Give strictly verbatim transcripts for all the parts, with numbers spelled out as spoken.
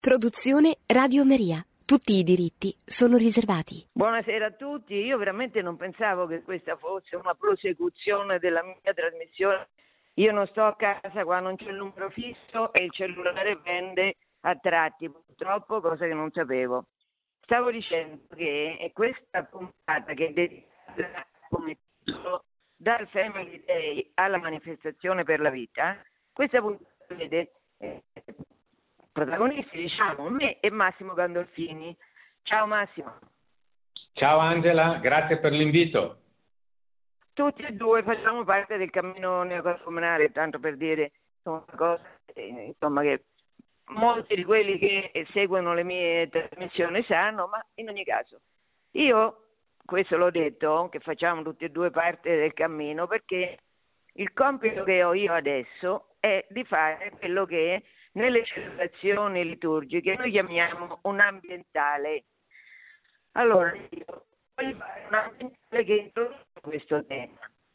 Produzione Radio Maria. Tutti i diritti sono riservati. Buonasera a tutti. Io veramente non pensavo che questa fosse una prosecuzione della mia trasmissione. Io non sto a casa, qua non c'è il numero fisso e il cellulare prende a tratti, purtroppo, cosa che non sapevo. Stavo dicendo che questa puntata che è dedicata come titolo dal Family Day alla manifestazione per la vita, questa puntata vede eh, protagonisti, diciamo, me e Massimo Gandolfini. Ciao Massimo. Ciao Angela, grazie per l'invito. Tutti e due facciamo parte del cammino neocomunale, tanto per dire una cosa, insomma, che molti di quelli che seguono le mie trasmissioni sanno, ma in ogni caso io, questo l'ho detto, che facciamo tutti e due parte del cammino, perché il compito che ho io adesso è di fare quello che nelle celebrazioni liturgiche noi chiamiamo un ambientale. Allora, io voglio fare un ambientale che introduce questo tema.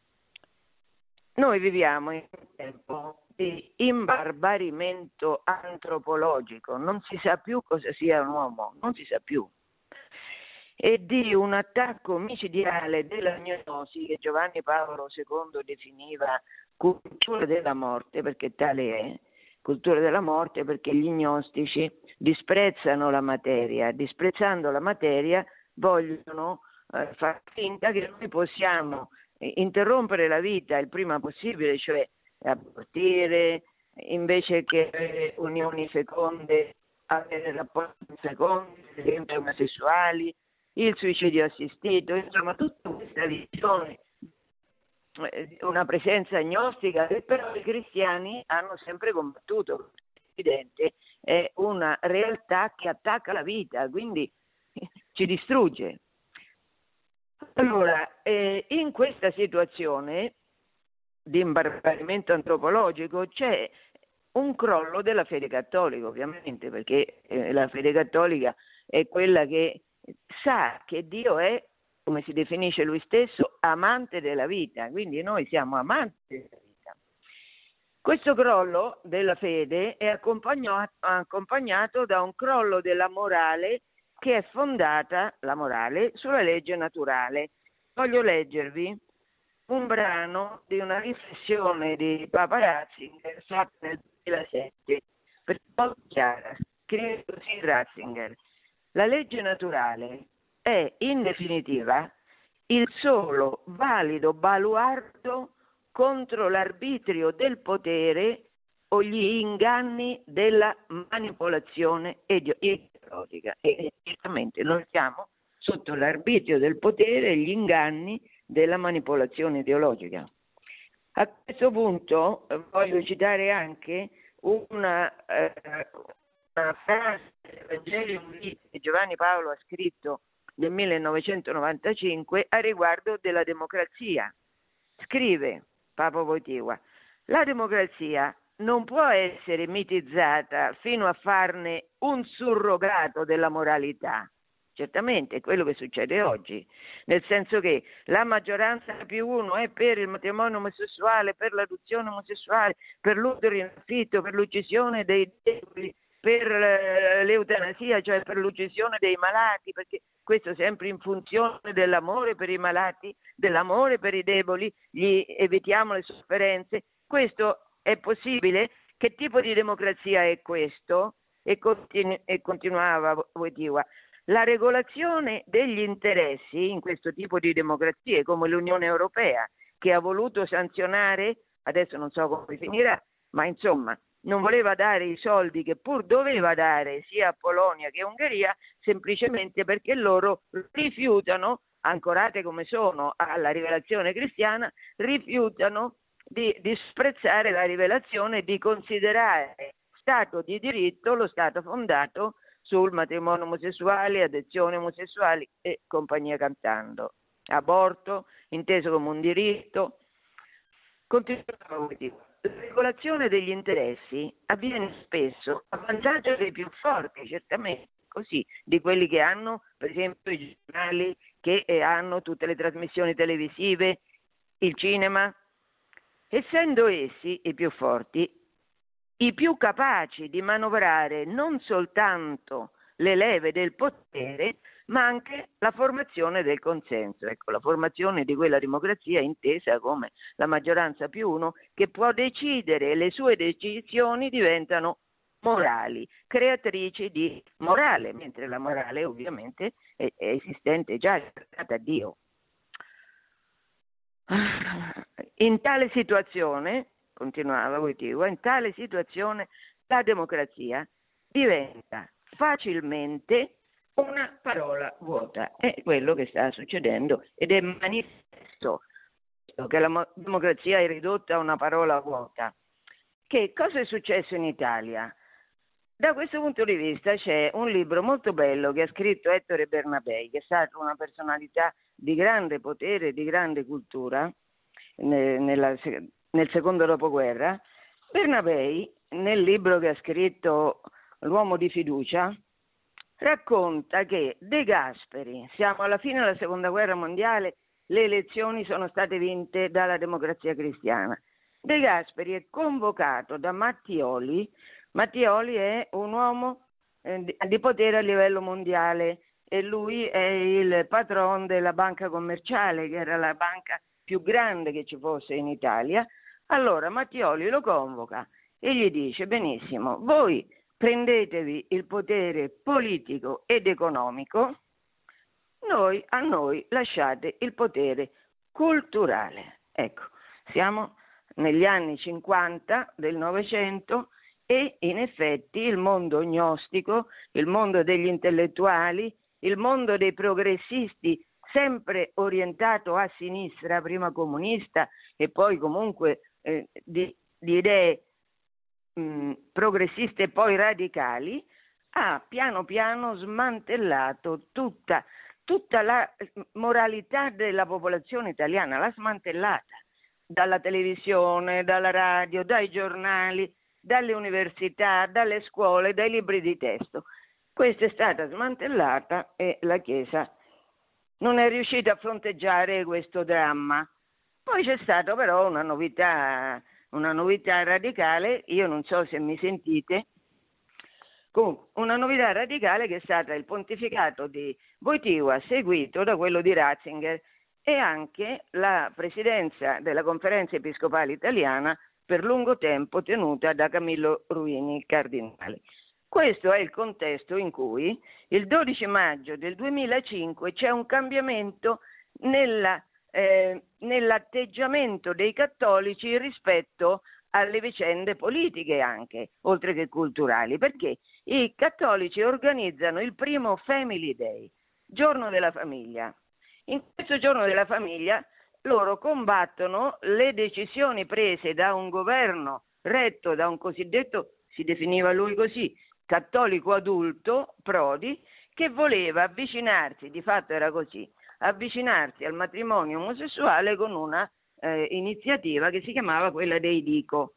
Noi viviamo in un tempo di imbarbarimento antropologico, non si sa più cosa sia un uomo, non si sa più, e di un attacco micidiale della gnosi che Giovanni Paolo secondo definiva cultura della morte, perché tale è, cultura della morte, perché gli gnostici disprezzano la materia, disprezzando la materia vogliono eh, far finta che noi possiamo eh, interrompere la vita il prima possibile, cioè abortire, invece che avere unioni feconde, avere rapporti fecondi, per esempio omosessuali, il suicidio assistito, insomma tutta questa visione, una presenza agnostica che però i cristiani hanno sempre combattuto. È evidente, è una realtà che attacca la vita, quindi ci distrugge. Allora, eh, in questa situazione di imbarbarimento antropologico c'è un crollo della fede cattolica, ovviamente, perché eh, la fede cattolica è quella che sa che Dio è, come si definisce lui stesso, amante della vita, quindi noi siamo amanti della vita. Questo crollo della fede è accompagnato, accompagnato da un crollo della morale che è fondata, la morale, sulla legge naturale. Voglio leggervi un brano di una riflessione di Papa Ratzinger fatta nel duemilasette, perché è molto chiara. Scrive così Ratzinger: la legge naturale è in definitiva il solo valido baluardo contro l'arbitrio del potere o gli inganni della manipolazione ideologica. E certamente noi siamo sotto l'arbitrio del potere e gli inganni della manipolazione ideologica. A questo punto eh, voglio citare anche una, eh, una frase dell'Evangelium Vitae che Giovanni Paolo ha scritto nel millenovecentonovantacinque a riguardo della democrazia. Scrive Papa Wojtyła: la democrazia non può essere mitizzata fino a farne un surrogato della moralità. Certamente è quello che succede oggi, nel senso che la maggioranza più uno è per il matrimonio omosessuale, per l'adozione omosessuale, per l'utero in affitto, per l'uccisione dei deboli, per l'eutanasia, cioè per l'uccisione dei malati, perché questo sempre in funzione dell'amore per i malati, dell'amore per i deboli, gli evitiamo le sofferenze. Questo è possibile? Che tipo di democrazia è questo? E, continu- e continuava Wojtyła: la regolazione degli interessi in questo tipo di democrazie, come l'Unione Europea, che ha voluto sanzionare, adesso non so come finirà, ma insomma non voleva dare i soldi che pur doveva dare sia a Polonia che a Ungheria, semplicemente perché loro rifiutano, ancorate come sono alla rivelazione cristiana, rifiutano di disprezzare la rivelazione e di considerare Stato di diritto lo Stato fondato sul matrimonio omosessuale, adozioni omosessuali e compagnia cantando. Aborto, inteso come un diritto. Continuiamo. La regolazione degli interessi avviene spesso a vantaggio dei più forti, certamente, così, di quelli che hanno, per esempio, i giornali, che hanno tutte le trasmissioni televisive, il cinema. Essendo essi i più forti, i più capaci di manovrare non soltanto le leve del potere, ma anche la formazione del consenso, ecco, la formazione di quella democrazia intesa come la maggioranza più uno che può decidere e le sue decisioni diventano morali, creatrici di morale, mentre la morale ovviamente è, è esistente già, è data a Dio. In tale situazione, continuava Wojtyła, in tale situazione la democrazia diventa facilmente una parola vuota. È quello che sta succedendo ed è manifesto che la mo- democrazia è ridotta a una parola vuota. Che cosa è successo in Italia? Da questo punto di vista c'è un libro molto bello che ha scritto Ettore Bernabei, che è stato una personalità di grande potere e di grande cultura nella, nel secondo dopoguerra. Bernabei, nel libro che ha scritto L'uomo di fiducia, racconta che De Gasperi, siamo alla fine della seconda guerra mondiale, le elezioni sono state vinte dalla Democrazia Cristiana. De Gasperi è convocato da Mattioli. Mattioli è un uomo eh, di potere a livello mondiale e lui è il patron della banca commerciale, che era la banca più grande che ci fosse in Italia. Allora Mattioli lo convoca e gli dice: benissimo, voi prendetevi il potere politico ed economico, noi a noi lasciate il potere culturale. Ecco, siamo negli anni cinquanta del Novecento e in effetti il mondo gnostico, il mondo degli intellettuali, il mondo dei progressisti, sempre orientato a sinistra, prima comunista e poi comunque eh, di, di idee mh, progressiste e poi radicali, ha piano piano smantellato tutta, tutta la moralità della popolazione italiana, l'ha smantellata dalla televisione, dalla radio, dai giornali, dalle università, dalle scuole, dai libri di testo. Questa è stata smantellata e la Chiesa non è riuscita a fronteggiare questo dramma. Poi c'è stata però una novità, una novità radicale, io non so se mi sentite, comunque una novità radicale che è stata il pontificato di Wojtyła seguito da quello di Ratzinger e anche la presidenza della Conferenza Episcopale Italiana per lungo tempo tenuta da Camillo Ruini, cardinale. Questo è il contesto in cui il dodici maggio del duemilacinque c'è un cambiamento nella, eh, nell'atteggiamento dei cattolici rispetto alle vicende politiche anche, oltre che culturali, perché i cattolici organizzano il primo Family Day, giorno della famiglia. In questo giorno della famiglia loro combattono le decisioni prese da un governo retto da un cosiddetto, si definiva lui così, cattolico adulto, Prodi, che voleva avvicinarsi, di fatto era così, avvicinarsi al matrimonio omosessuale con una eh, iniziativa che si chiamava quella dei Dico.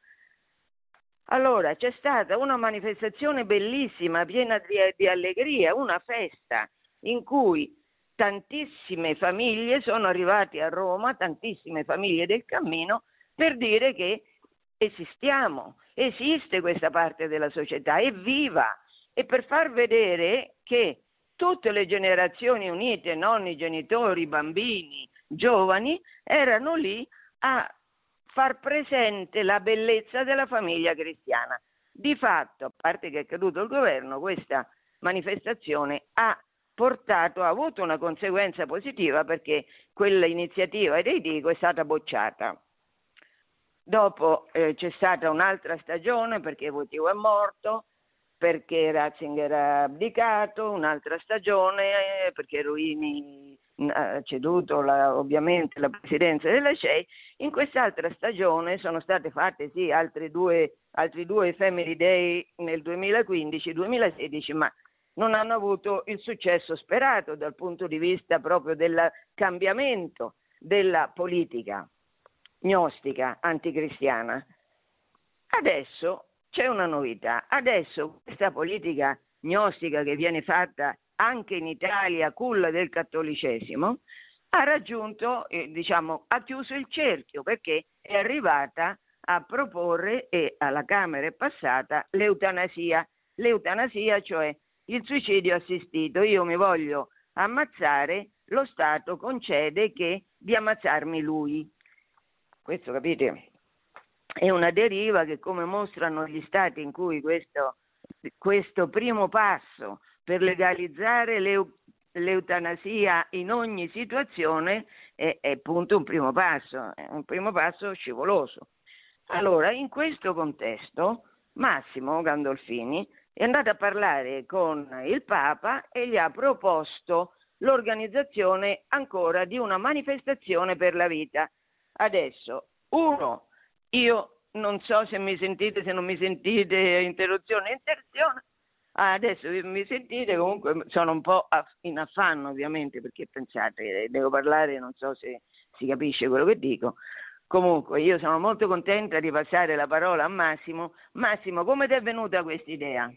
Allora c'è stata una manifestazione bellissima, piena di, di allegria, una festa in cui tantissime famiglie sono arrivate a Roma, tantissime famiglie del Cammino, per dire che esistiamo, esiste questa parte della società, è viva, e per far vedere che tutte le generazioni unite, nonni, genitori, bambini, giovani, erano lì a far presente la bellezza della famiglia cristiana. Di fatto, a parte che è caduto il governo, questa manifestazione ha portato, ha avuto una conseguenza positiva perché quella iniziativa dei Dico è stata bocciata. Dopo eh, c'è stata un'altra stagione perché Wojtyła è morto, perché Ratzinger ha abdicato, un'altra stagione eh, perché Ruini ha ceduto la, ovviamente la presidenza della C E I. In quest'altra stagione sono state fatte sì altri due, altri due Family Day nel duemilaquindici duemilasedici, ma non hanno avuto il successo sperato dal punto di vista proprio del cambiamento della politica gnostica anticristiana. Adesso c'è una novità, adesso questa politica gnostica che viene fatta anche in Italia, culla del cattolicesimo, ha raggiunto, eh, diciamo, ha chiuso il cerchio perché è arrivata a proporre, e alla Camera è passata, l'eutanasia. L'eutanasia, cioè il suicidio assistito. Io mi voglio ammazzare, lo Stato concede che di ammazzarmi lui. Questo, capite, è una deriva che, come mostrano gli stati in cui questo, questo primo passo per legalizzare l'eu, l'eutanasia in ogni situazione è, è appunto un primo passo, è un primo passo scivoloso. Allora, in questo contesto, Massimo Gandolfini è andato a parlare con il Papa e gli ha proposto l'organizzazione ancora di una manifestazione per la vita. Adesso, uno, io non so se mi sentite, se non mi sentite, interruzione, interruzione. Ah, adesso mi sentite, comunque sono un po' in affanno ovviamente, perché pensate, devo parlare, non so se si capisce quello che dico. Comunque io sono molto contenta di passare la parola a Massimo. Massimo, come ti è venuta questa idea?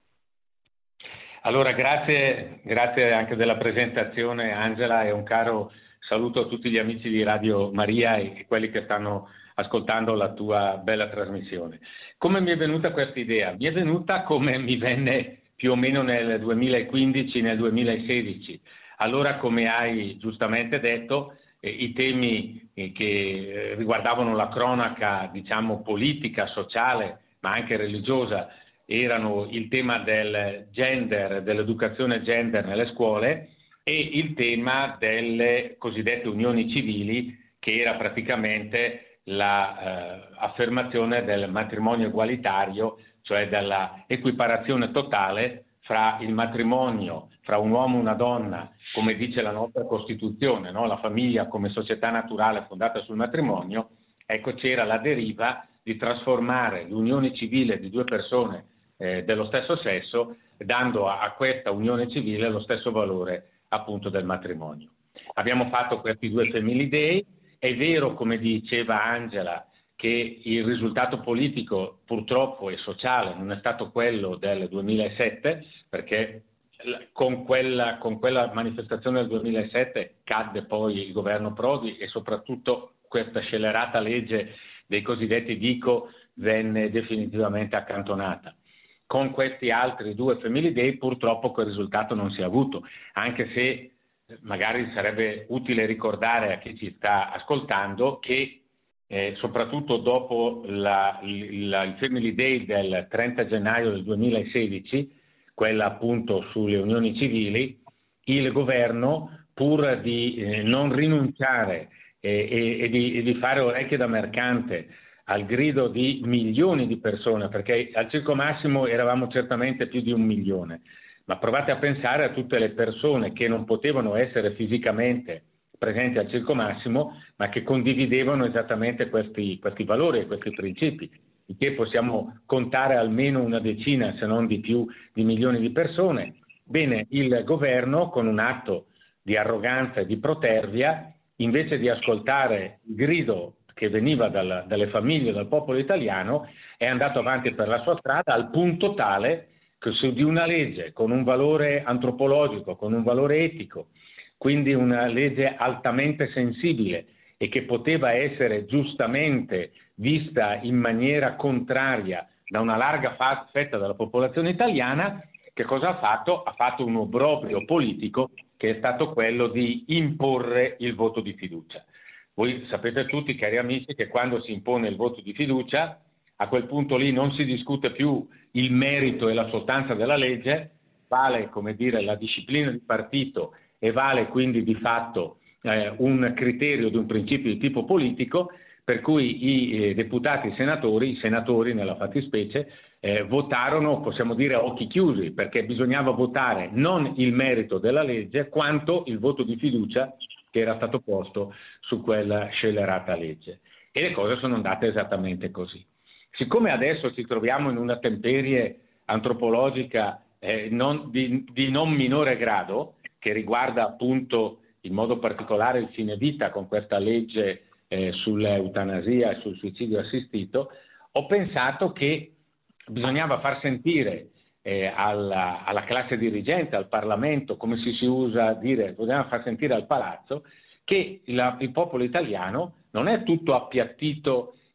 Allora, grazie, grazie anche della presentazione, Angela, e un caro saluto a tutti gli amici di Radio Maria e quelli che stanno ascoltando la tua bella trasmissione. Come mi è venuta questa idea? Mi è venuta come mi venne più o meno nel duemilaquindici, nel duemilasedici. Allora, come hai giustamente detto, eh, i temi eh, che riguardavano la cronaca, diciamo, politica, sociale, ma anche religiosa, erano il tema del gender, dell'educazione gender nelle scuole e il tema delle cosiddette unioni civili, che era praticamente l'affermazione eh, del matrimonio egualitario, cioè della equiparazione totale fra il matrimonio, fra un uomo e una donna, come dice la nostra Costituzione, no? La famiglia come società naturale fondata sul matrimonio. Ecco, c'era la deriva di trasformare l'unione civile di due persone eh, dello stesso sesso, dando a, a questa unione civile lo stesso valore appunto del matrimonio. Abbiamo fatto questi due Family Day. È vero, come diceva Angela, che il risultato politico purtroppo e sociale non è stato quello del duemilasette, perché con quella, con quella manifestazione del duemilasette cadde poi il governo Prodi e soprattutto questa scellerata legge dei cosiddetti Dico venne definitivamente accantonata. Con questi altri due Family Day purtroppo quel risultato non si è avuto, anche se magari sarebbe utile ricordare a chi ci sta ascoltando che eh, soprattutto dopo la, la, il Family Day del trenta gennaio del duemilasedici, quella appunto sulle unioni civili, il governo, pur di eh, non rinunciare eh, e, e, di, e di fare orecchie da mercante al grido di milioni di persone, perché al Circo Massimo eravamo certamente più di un milione, ma provate a pensare a tutte le persone che non potevano essere fisicamente presenti al Circo Massimo, ma che condividevano esattamente questi, questi valori e questi principi, di che possiamo contare almeno una decina, se non di più, di milioni di persone. Bene, il governo, con un atto di arroganza e di protervia, invece di ascoltare il grido che veniva dal, dalle famiglie, dal popolo italiano, è andato avanti per la sua strada al punto tale che su di una legge con un valore antropologico, con un valore etico, quindi una legge altamente sensibile e che poteva essere giustamente vista in maniera contraria da una larga fetta della popolazione italiana, che cosa ha fatto? Ha fatto un obbrobrio politico che è stato quello di imporre il voto di fiducia. Voi sapete tutti, cari amici, che quando si impone il voto di fiducia, a quel punto lì non si discute più il merito e la sostanza della legge, vale, come dire, la disciplina di partito e vale quindi di fatto eh, un criterio di un principio di tipo politico, per cui i eh, deputati e i senatori, i senatori nella fattispecie, eh, votarono, possiamo dire, a occhi chiusi, perché bisognava votare non il merito della legge, quanto il voto di fiducia che era stato posto su quella scellerata legge. E le cose sono andate esattamente così. Siccome adesso ci troviamo in una temperie antropologica eh, non, di, di non minore grado, che riguarda appunto in modo particolare il fine vita con questa legge eh, sull'eutanasia e sul suicidio assistito, ho pensato che bisognava far sentire eh, alla, alla classe dirigente, al Parlamento, come si, si usa dire, bisognava far sentire al Palazzo che la, il popolo italiano non è tutto appiattito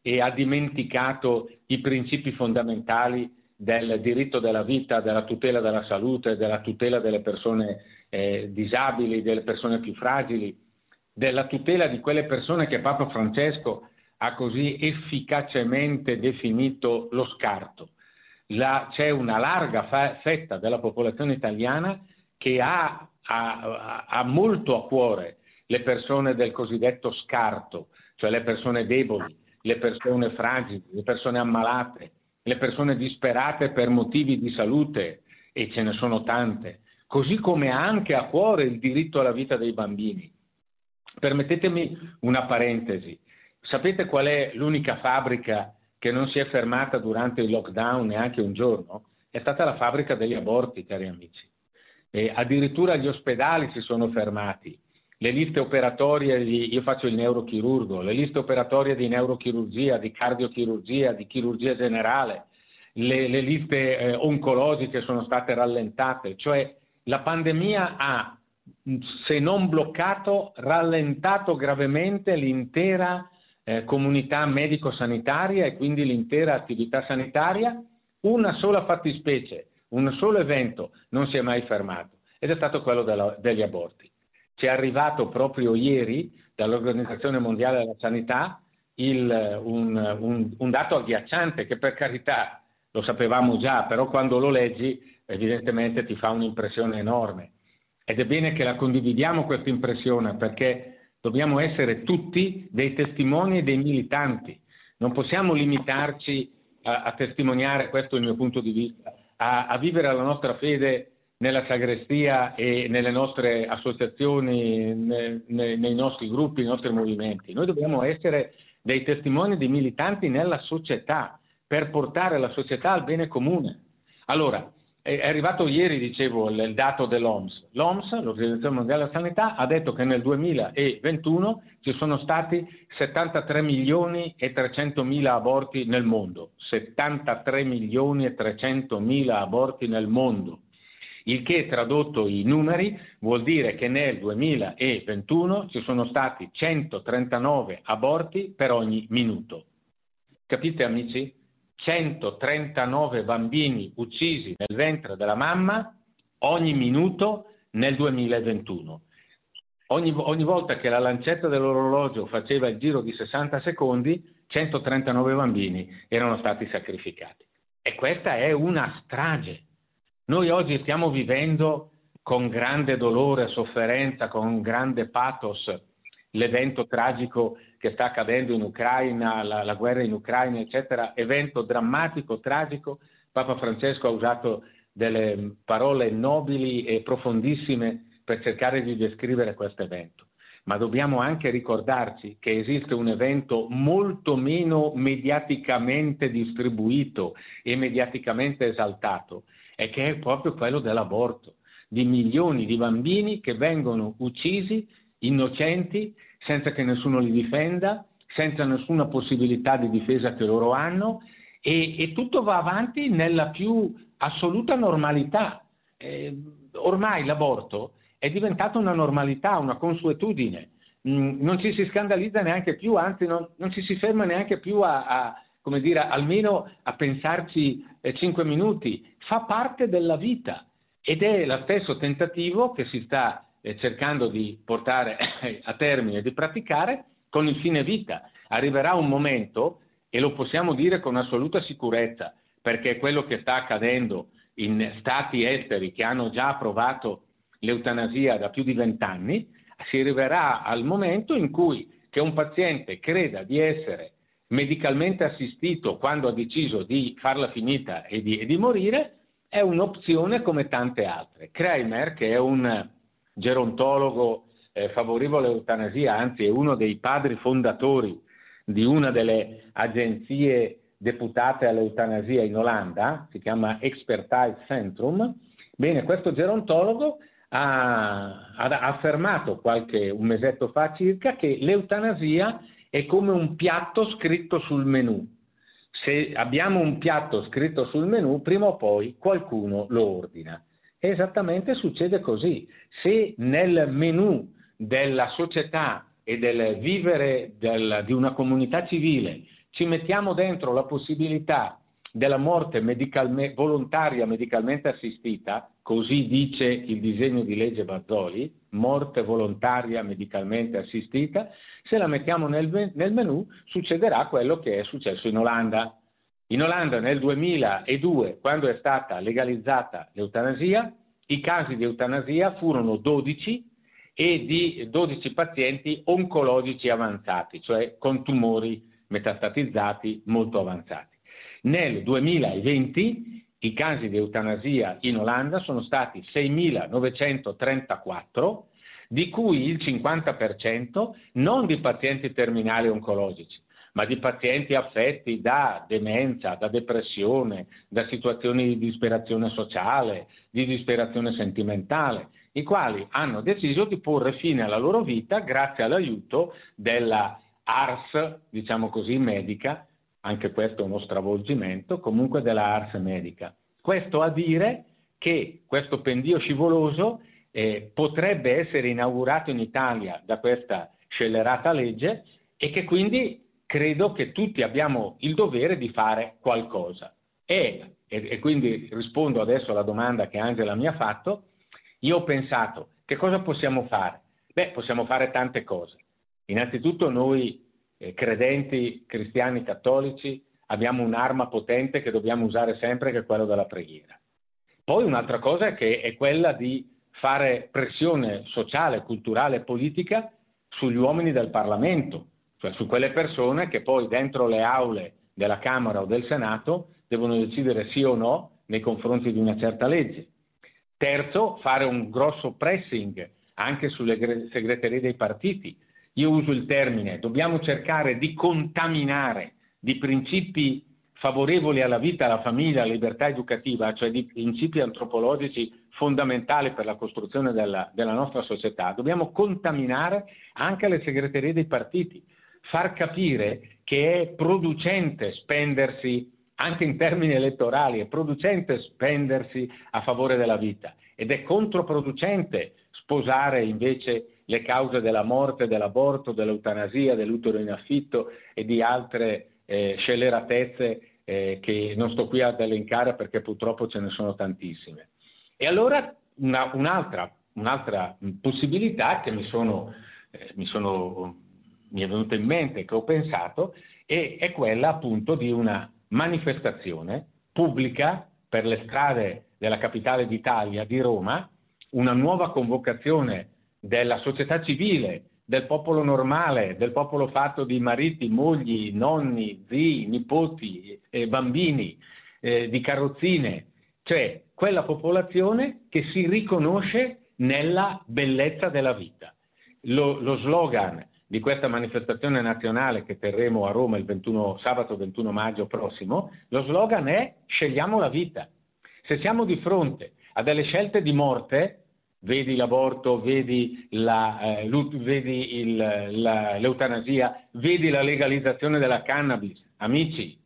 e ha dimenticato i principi fondamentali del diritto della vita, della tutela della salute, della tutela delle persone eh, disabili, delle persone più fragili, della tutela di quelle persone che Papa Francesco ha così efficacemente definito lo scarto. La, c'è una larga fa, fetta della popolazione italiana che ha, ha, ha molto a cuore le persone del cosiddetto scarto, cioè le persone deboli, le persone fragili, le persone ammalate, le persone disperate per motivi di salute, e ce ne sono tante, così come ha anche a cuore il diritto alla vita dei bambini. Permettetemi una parentesi. Sapete qual è l'unica fabbrica che non si è fermata durante il lockdown neanche un giorno? È stata la fabbrica degli aborti, cari amici. E addirittura gli ospedali si sono fermati. Le liste operatorie, di, io faccio il neurochirurgo, le liste operatorie di neurochirurgia, di cardiochirurgia, di chirurgia generale, le, le liste eh, oncologiche sono state rallentate. Cioè la pandemia ha, se non bloccato, rallentato gravemente l'intera eh, comunità medico-sanitaria e quindi l'intera attività sanitaria. Una sola fattispecie, un solo evento non si è mai fermato, ed è stato quello della, degli aborti. Ci è arrivato proprio ieri dall'Organizzazione Mondiale della Sanità il, un, un, un dato agghiacciante che, per carità, lo sapevamo già, però quando lo leggi evidentemente ti fa un'impressione enorme. Ed è bene che la condividiamo questa impressione, perché dobbiamo essere tutti dei testimoni e dei militanti. Non possiamo limitarci a, a testimoniare, questo è il mio punto di vista, a, a vivere la nostra fede nella sagrestia e nelle nostre associazioni, ne, ne, nei nostri gruppi, nei nostri movimenti. Noi dobbiamo essere dei testimoni, dei militanti nella società, per portare la società al bene comune. Allora, è arrivato ieri, dicevo, il dato dell'O M S. L'O M S, l'Organizzazione Mondiale della Sanità, ha detto che nel duemilaventuno ci sono stati settantatré milioni e trecentomila aborti nel mondo. settantatré milioni e trecentomila aborti nel mondo. Il che, tradotto in numeri, vuol dire che nel duemilaventuno ci sono stati centotrentanove aborti per ogni minuto. Capite, amici? centotrentanove bambini uccisi nel ventre della mamma ogni minuto nel duemilaventuno. Ogni, ogni volta che la lancetta dell'orologio faceva il giro di sessanta secondi, centotrentanove bambini erano stati sacrificati. E questa è una strage. Noi oggi stiamo vivendo con grande dolore e sofferenza, con grande pathos, l'evento tragico che sta accadendo in Ucraina, la, la guerra in Ucraina, eccetera, evento drammatico, tragico. Papa Francesco ha usato delle parole nobili e profondissime per cercare di descrivere questo evento. Ma dobbiamo anche ricordarci che esiste un evento molto meno mediaticamente distribuito e mediaticamente esaltato, e che è proprio quello dell'aborto, di milioni di bambini che vengono uccisi, innocenti, senza che nessuno li difenda, senza nessuna possibilità di difesa che loro hanno, e, e tutto va avanti nella più assoluta normalità. Eh, ormai l'aborto è diventato una normalità, una consuetudine, mm, non ci si scandalizza neanche più, anzi non, non ci si ferma neanche più a, a come dire, almeno a pensarci eh, cinque minuti, fa parte della vita, ed è lo stesso tentativo che si sta eh, cercando di portare a termine, di praticare con il fine vita. Arriverà un momento, e lo possiamo dire con assoluta sicurezza, perché quello che sta accadendo in stati esteri che hanno già approvato l'eutanasia da più di vent'anni, si arriverà al momento in cui che un paziente creda di essere medicalmente assistito quando ha deciso di farla finita e di, e di morire, è un'opzione come tante altre. Kramer, che è un gerontologo eh, favorevole all'eutanasia, anzi è uno dei padri fondatori di una delle agenzie deputate all'eutanasia in Olanda, si chiama Expertise Centrum. Bene, questo gerontologo ha, ha affermato qualche un mesetto fa circa che l'eutanasia è come un piatto scritto sul menù. Se abbiamo un piatto scritto sul menù, prima o poi qualcuno lo ordina. E esattamente succede così. Se nel menù della società e del vivere del, di una comunità civile ci mettiamo dentro la possibilità della morte medicalme, volontaria medicalmente assistita, così dice il disegno di legge Bazoli, morte volontaria medicalmente assistita, se la mettiamo nel, nel menù succederà quello che è successo in Olanda. In Olanda nel duemiladue, quando è stata legalizzata l'eutanasia, i casi di eutanasia furono dodici e di dodici pazienti oncologici avanzati, cioè con tumori metastatizzati molto avanzati. Nel duemilaventi i casi di eutanasia in Olanda sono stati seimilanovecentotrentaquattro, di cui il cinquanta per cento non di pazienti terminali oncologici, ma di pazienti affetti da demenza, da depressione, da situazioni di disperazione sociale, di disperazione sentimentale, i quali hanno deciso di porre fine alla loro vita grazie all'aiuto della A R S, diciamo così, medica, anche questo è uno stravolgimento, comunque della A R S medica. Questo a dire che questo pendio scivoloso eh, potrebbe essere inaugurato in Italia da questa scellerata legge e che quindi credo che tutti abbiamo il dovere di fare qualcosa. E, e, e quindi rispondo adesso alla domanda che Angela mi ha fatto. Io ho pensato, che cosa possiamo fare? Beh, possiamo fare tante cose. Innanzitutto noi eh, credenti, cristiani, cattolici, abbiamo un'arma potente che dobbiamo usare sempre, che è quella della preghiera. Poi un'altra cosa è che è quella di fare pressione sociale, culturale e politica sugli uomini del Parlamento, cioè su quelle persone che poi dentro le aule della Camera o del Senato devono decidere sì o no nei confronti di una certa legge. Terzo, fare un grosso pressing anche sulle segreterie dei partiti. Io uso il termine, dobbiamo cercare di contaminare di principi favorevoli alla vita, alla famiglia, alla libertà educativa, cioè di principi antropologici fondamentali per la costruzione della, della nostra società. Dobbiamo contaminare anche le segreterie dei partiti, far capire che è producente spendersi, anche in termini elettorali, è producente spendersi a favore della vita ed è controproducente sposare invece le cause della morte, dell'aborto, dell'eutanasia, dell'utero in affitto e di altre eh, scelleratezze eh, che non sto qui ad elencare perché purtroppo ce ne sono tantissime. E allora una, un'altra, un'altra possibilità che mi sono, eh, mi sono mi è venuta in mente, che ho pensato, è, è quella appunto di una manifestazione pubblica per le strade della capitale d'Italia, di Roma, una nuova convocazione della società civile, del popolo normale, del popolo fatto di mariti, mogli, nonni, zii, nipoti, eh, bambini, eh, di carrozzine, cioè quella popolazione che si riconosce nella bellezza della vita. Lo, lo slogan di questa manifestazione nazionale che terremo a Roma il ventuno, sabato ventuno maggio prossimo, lo slogan è "Scegliamo la vita". Se siamo di fronte a delle scelte di morte, vedi l'aborto, vedi, la, eh, vedi il, la, l'eutanasia, vedi la legalizzazione della cannabis, amici,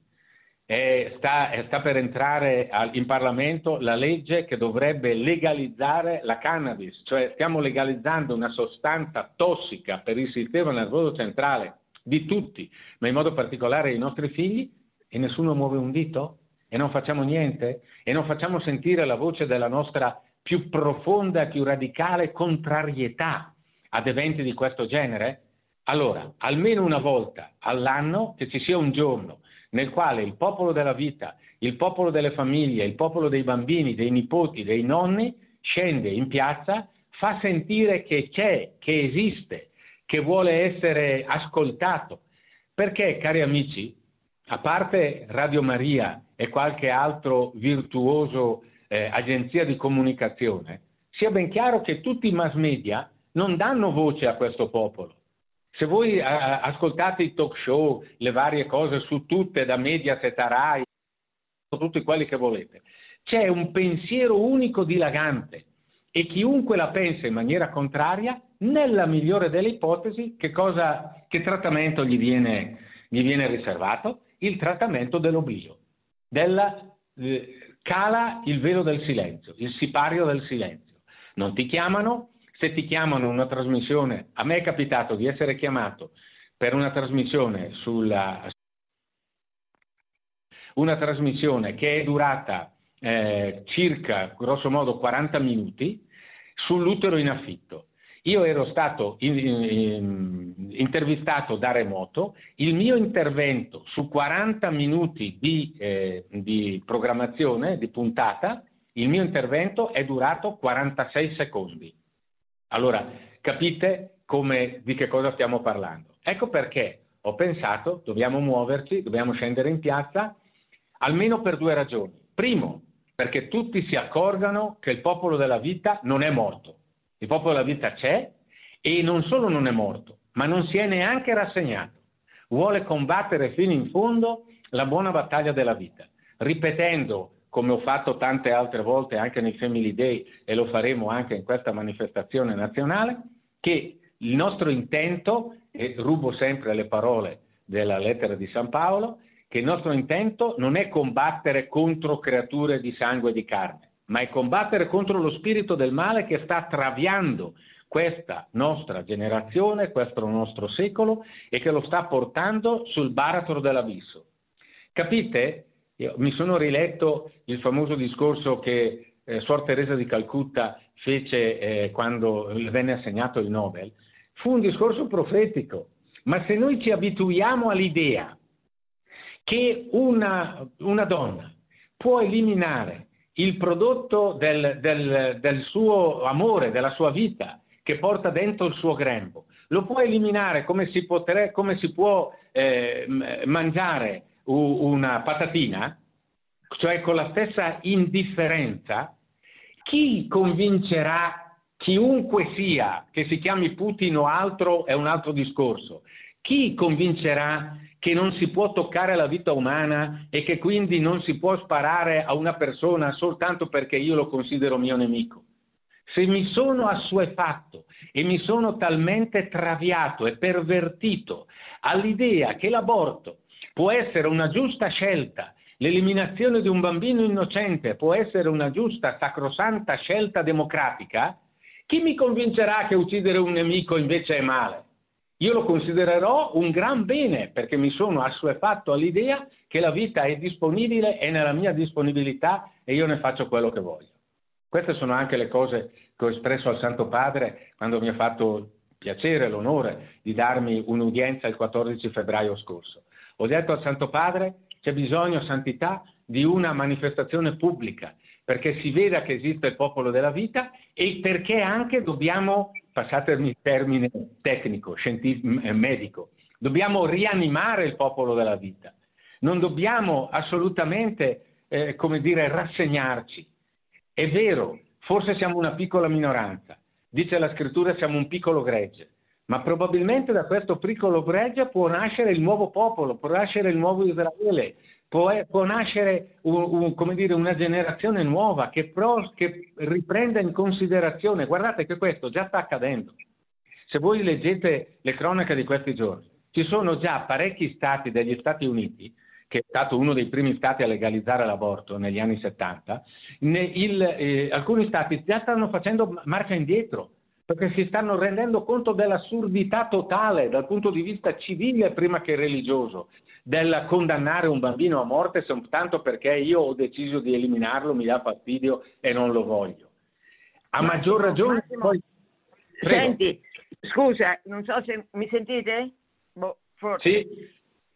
eh, sta, eh, sta per entrare al, in Parlamento la legge che dovrebbe legalizzare la cannabis, cioè stiamo legalizzando una sostanza tossica per il sistema nervoso centrale di tutti, ma in modo particolare dei nostri figli, e nessuno muove un dito? E non facciamo niente? E non facciamo sentire la voce della nostra più profonda e più radicale contrarietà ad eventi di questo genere? Allora, almeno una volta all'anno che ci sia un giorno nel quale il popolo della vita, il popolo delle famiglie, il popolo dei bambini, dei nipoti, dei nonni scende in piazza, fa sentire che c'è, che esiste, che vuole essere ascoltato. Perché, cari amici, a parte Radio Maria e qualche altro virtuoso eh, agenzia di comunicazione, sia ben chiaro che tutti i mass media non danno voce a questo popolo. Se voi eh, ascoltate i talk show, le varie cose su tutte, da Mediaset a Rai, tutti quelli che volete, c'è un pensiero unico dilagante e chiunque la pensa in maniera contraria, nella migliore delle ipotesi, che, cosa, che trattamento gli viene, gli viene riservato? Il trattamento dell'oblio, della, eh, cala il velo del silenzio, il sipario del silenzio. Non ti chiamano, se ti chiamano in una trasmissione, a me è capitato di essere chiamato per una trasmissione sulla una trasmissione che è durata eh, circa, grosso modo, quaranta minuti sull'utero in affitto. Io ero stato in, in, intervistato da remoto, il mio intervento su quaranta minuti di, eh, di programmazione, di puntata, il mio intervento è durato quarantasei secondi. Allora, capite come, di che cosa stiamo parlando? Ecco perché ho pensato, dobbiamo muoverci, dobbiamo scendere in piazza, almeno per due ragioni. Primo, perché tutti si accorgano che il popolo della vita non è morto. Il popolo della vita c'è e non solo non è morto, ma non si è neanche rassegnato. Vuole combattere fino in fondo la buona battaglia della vita, ripetendo, come ho fatto tante altre volte anche nei Family Day e lo faremo anche in questa manifestazione nazionale, che il nostro intento, e rubo sempre le parole della lettera di San Paolo, che il nostro intento non è combattere contro creature di sangue e di carne, ma è combattere contro lo spirito del male che sta traviando questa nostra generazione, questo nostro secolo e che lo sta portando sul baratro dell'abisso. Capite? Io mi sono riletto il famoso discorso che eh, Suor Teresa di Calcutta fece eh, quando venne assegnato il Nobel. Fu un discorso profetico, ma se noi ci abituiamo all'idea che una, una donna può eliminare il prodotto del, del, del suo amore, della sua vita, che porta dentro il suo grembo, lo può eliminare come si, potre, come si può eh, mangiare una patatina, cioè con la stessa indifferenza, chi convincerà chiunque sia, che si chiami Putin o altro è un altro discorso, chi convincerà che non si può toccare la vita umana e che quindi non si può sparare a una persona soltanto perché io lo considero mio nemico? Se mi sono assuefatto e mi sono talmente traviato e pervertito all'idea che l'aborto può essere una giusta scelta, l'eliminazione di un bambino innocente può essere una giusta, sacrosanta scelta democratica, chi mi convincerà che uccidere un nemico invece è male? Io lo considererò un gran bene perché mi sono assuefatto all'idea che la vita è disponibile, è nella mia disponibilità e io ne faccio quello che voglio. Queste sono anche le cose che ho espresso al Santo Padre quando mi ha fatto piacere, l'onore di darmi un'udienza il quattordici febbraio scorso. Ho detto al Santo Padre c'è bisogno, santità, di una manifestazione pubblica perché si veda che esiste il popolo della vita e perché anche dobbiamo, passatemi il termine tecnico, scientifico, medico, dobbiamo rianimare il popolo della vita. Non dobbiamo assolutamente, eh, come dire, rassegnarci. È vero, forse siamo una piccola minoranza, dice la scrittura siamo un piccolo gregge, ma probabilmente da questo piccolo gregge può nascere il nuovo popolo, può nascere il nuovo Israele, può, può nascere un, un, come dire, una generazione nuova che, pro, che riprenda in considerazione. Guardate che questo già sta accadendo. Se voi leggete le cronache di questi giorni, ci sono già parecchi stati degli Stati Uniti, che è stato uno dei primi stati a legalizzare l'aborto negli anni settanta, ne, il, eh, alcuni stati già stanno facendo marcia indietro, perché si stanno rendendo conto dell'assurdità totale dal punto di vista civile prima che religioso, del condannare un bambino a morte soltanto perché io ho deciso di eliminarlo, mi dà fastidio e non lo voglio. A Massimo, maggior ragione... Massimo, poi... Senti, scusa, non so se mi sentite? Boh, forse. Sì.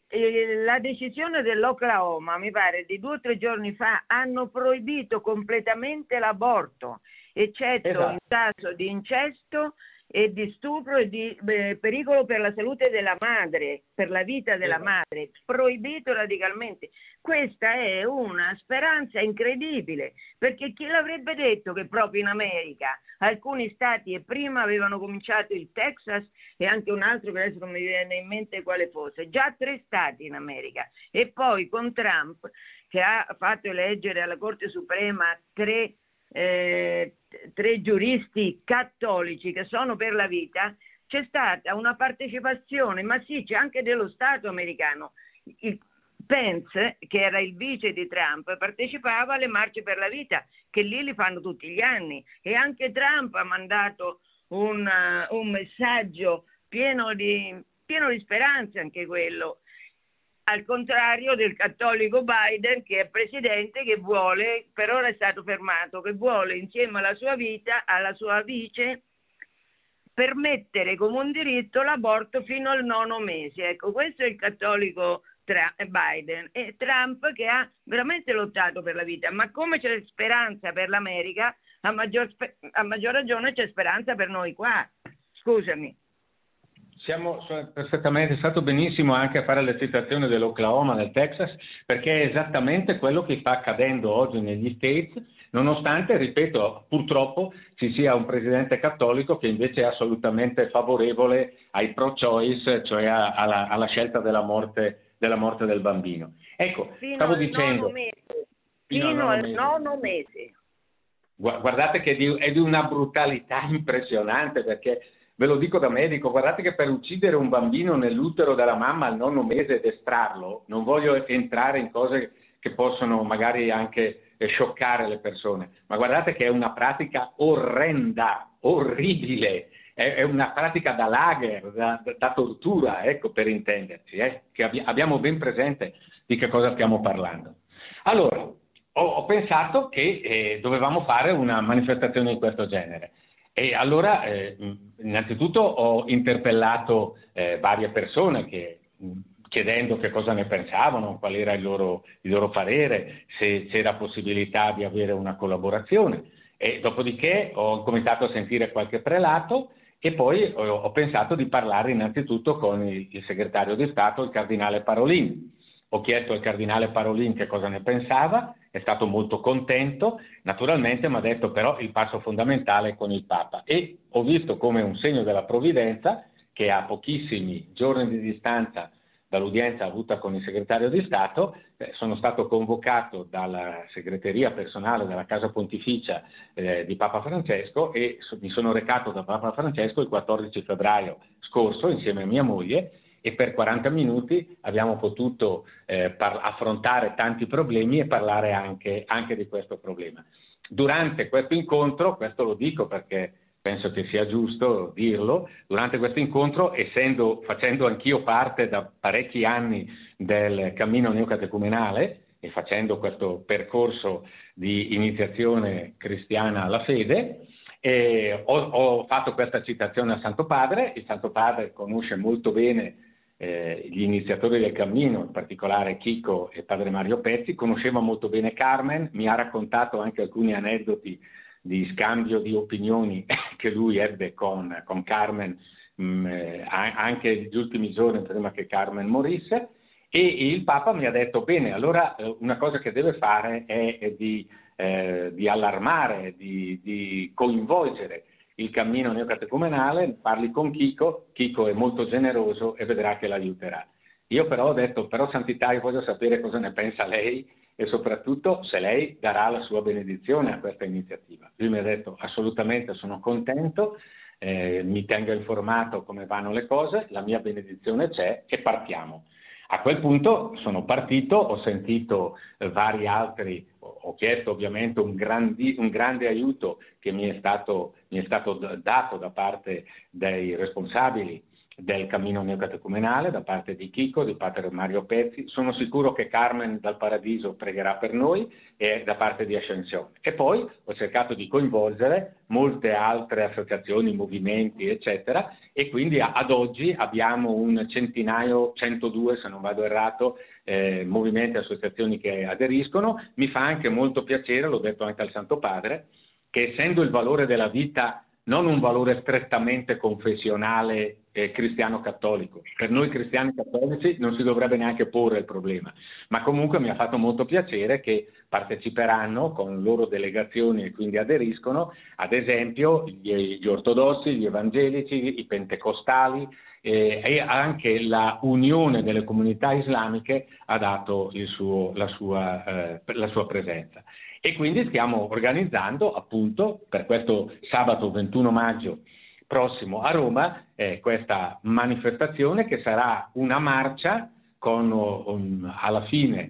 La decisione dell'Oklahoma, mi pare, di due o tre giorni fa, hanno proibito completamente l'aborto, eccetto esatto. in caso di incesto e di stupro e di eh, pericolo per la salute della madre, per la vita della esatto. madre, proibito radicalmente. Questa è una speranza incredibile, perché chi l'avrebbe detto che proprio in America alcuni stati, e prima avevano cominciato il Texas e anche un altro che adesso non mi viene in mente quale fosse, già tre stati in America, e poi con Trump che ha fatto eleggere alla Corte Suprema tre Eh, tre giuristi cattolici che sono per la vita, c'è stata una partecipazione massiccia anche dello Stato americano. Il Pence, che era il vice di Trump, partecipava alle marce per la vita, che lì li fanno tutti gli anni, e anche Trump ha mandato un, uh, un messaggio pieno di, pieno di speranza, anche quello. al contrario del cattolico Biden, che è presidente, che vuole, per ora è stato fermato, che vuole insieme alla sua vita, alla sua vice, permettere come un diritto l'aborto fino al nono mese. Ecco, questo è il cattolico Biden, e Trump che ha veramente lottato per la vita. Ma come c'è speranza per l'America, a maggior, a maggior ragione c'è speranza per noi qua. Scusami. Siamo perfettamente, è stato benissimo anche a fare la citazione dell'Oklahoma, del Texas, perché è esattamente quello che sta accadendo oggi negli States, nonostante, ripeto, purtroppo ci sia un presidente cattolico che invece è assolutamente favorevole ai pro-choice, cioè a, alla, alla scelta della morte, della morte del bambino. Ecco, fino stavo al dicendo... Nono mese. Fino, fino al al mese. nono mese. Guardate che è di, è di una brutalità impressionante, perché... Ve lo dico da medico, guardate che per uccidere un bambino nell'utero della mamma al nono mese ed estrarlo, non voglio entrare in cose che possono magari anche eh, scioccare le persone, ma guardate che è una pratica orrenda, orribile, è, è una pratica da lager, da, da tortura, ecco, per intenderci, eh, che abbi- abbiamo ben presente di che cosa stiamo parlando. Allora, ho, ho pensato che eh, dovevamo fare una manifestazione di questo genere. E allora, eh, innanzitutto ho interpellato eh, varie persone che, chiedendo che cosa ne pensavano, qual era il loro, il loro parere, se c'era possibilità di avere una collaborazione. E dopodiché ho cominciato a sentire qualche prelato e poi ho, ho pensato di parlare innanzitutto con il, il segretario di Stato, il cardinale Parolin. Ho chiesto al cardinale Parolin che cosa ne pensava, è stato molto contento, naturalmente mi ha detto però il passo fondamentale è con il Papa, e ho visto come un segno della provvidenza che a pochissimi giorni di distanza dall'udienza avuta con il segretario di Stato eh, sono stato convocato dalla segreteria personale della Casa Pontificia eh, di Papa Francesco e so, mi sono recato da Papa Francesco il quattordici febbraio scorso insieme a mia moglie, e per quaranta minuti abbiamo potuto eh, par- affrontare tanti problemi e parlare anche, anche di questo problema. Durante questo incontro, questo lo dico perché penso che sia giusto dirlo, durante questo incontro, essendo, facendo anch'io parte da parecchi anni del cammino neocatecumenale e facendo questo percorso di iniziazione cristiana alla fede, eh, ho, ho fatto questa citazione al Santo Padre. Il Santo Padre conosce molto bene Eh, gli iniziatori del cammino, in particolare Chico e padre Mario Pezzi, conosceva molto bene Carmen, mi ha raccontato anche alcuni aneddoti di scambio di opinioni che lui ebbe con, con Carmen mh, eh, anche negli ultimi giorni prima che Carmen morisse, e il Papa mi ha detto bene, allora eh, una cosa che deve fare è, è di, eh, di allarmare, di, di coinvolgere il cammino neocatecumenale, parli con Chico, Chico è molto generoso e vedrà che l'aiuterà. Io però ho detto, però Santità, io voglio sapere cosa ne pensa lei e soprattutto se lei darà la sua benedizione a questa iniziativa. Lui mi ha detto, assolutamente sono contento, eh, mi tenga informato come vanno le cose, la mia benedizione c'è e partiamo. A quel punto sono partito, ho sentito eh, vari altri, ho chiesto ovviamente un, grandi, un grande aiuto che mi è stato, mi è stato dato da parte dei responsabili del cammino neocatecumenale, da parte di Chico, di padre Mario Pezzi. Sono sicuro che Carmen dal Paradiso pregherà per noi, e da parte di Ascensione. E poi ho cercato di coinvolgere molte altre associazioni, movimenti, eccetera, e quindi ad oggi abbiamo un centinaio, centodue se non vado errato, eh, movimenti e associazioni che aderiscono. Mi fa anche molto piacere, l'ho detto anche al Santo Padre, che essendo il valore della vita non un valore strettamente confessionale eh, cristiano-cattolico. Per noi cristiani cattolici non si dovrebbe neanche porre il problema, ma comunque mi ha fatto molto piacere che parteciperanno con loro delegazioni e quindi aderiscono, ad esempio gli, gli ortodossi, gli evangelici, i pentecostali, eh, e anche la Unione delle Comunità Islamiche ha dato il suo, la, sua, eh, la sua presenza. E quindi stiamo organizzando appunto per questo sabato ventuno maggio prossimo a Roma eh, questa manifestazione che sarà una marcia con um, alla fine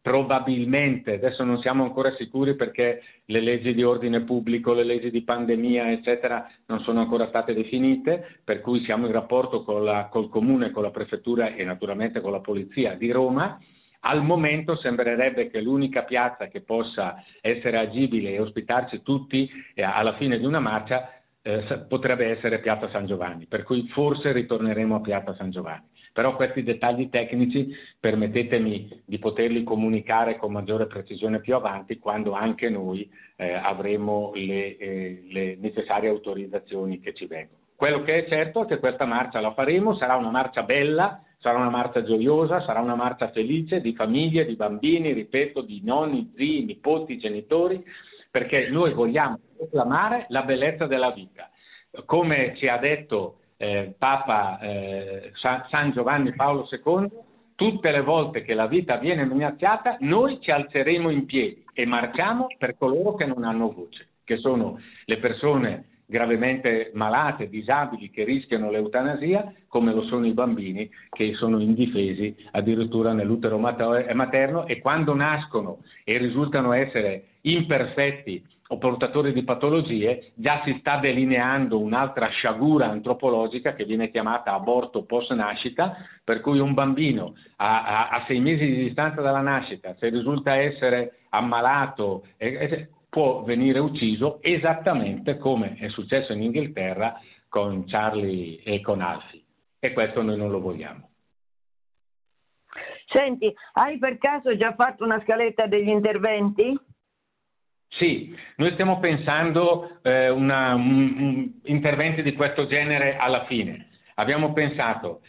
probabilmente, adesso non siamo ancora sicuri perché le leggi di ordine pubblico, le leggi di pandemia, eccetera, non sono ancora state definite, per cui siamo in rapporto con la, col Comune, con la Prefettura e naturalmente con la Polizia di Roma. Al momento sembrerebbe che l'unica piazza che possa essere agibile e ospitarci tutti eh, alla fine di una marcia eh, potrebbe essere Piazza San Giovanni, per cui forse ritorneremo a Piazza San Giovanni. Però questi dettagli tecnici permettetemi di poterli comunicare con maggiore precisione più avanti, quando anche noi eh, avremo le, eh, le necessarie autorizzazioni che ci vengono. Quello che è certo è che questa marcia la faremo, sarà una marcia bella, sarà una marcia gioiosa, sarà una marcia felice di famiglie, di bambini, ripeto, di nonni, zii, nipoti, genitori, perché noi vogliamo proclamare la bellezza della vita. Come ci ha detto Eh, Papa eh, San Giovanni Paolo secondo, tutte le volte che la vita viene minacciata noi ci alzeremo in piedi e marciamo per coloro che non hanno voce, che sono le persone gravemente malate, disabili, che rischiano l'eutanasia, come lo sono i bambini che sono indifesi addirittura nell'utero materno, e quando nascono e risultano essere imperfetti o portatori di patologie, già si sta delineando un'altra sciagura antropologica che viene chiamata aborto post nascita, per cui un bambino a, a, a sei mesi di distanza dalla nascita, se risulta essere ammalato, eh, può venire ucciso, esattamente come è successo in Inghilterra con Charlie e con Alfie, e questo noi non lo vogliamo. Senti, hai per caso già fatto una scaletta degli interventi? Sì, noi stiamo pensando eh, una, un, un, interventi di questo genere alla fine. Abbiamo pensato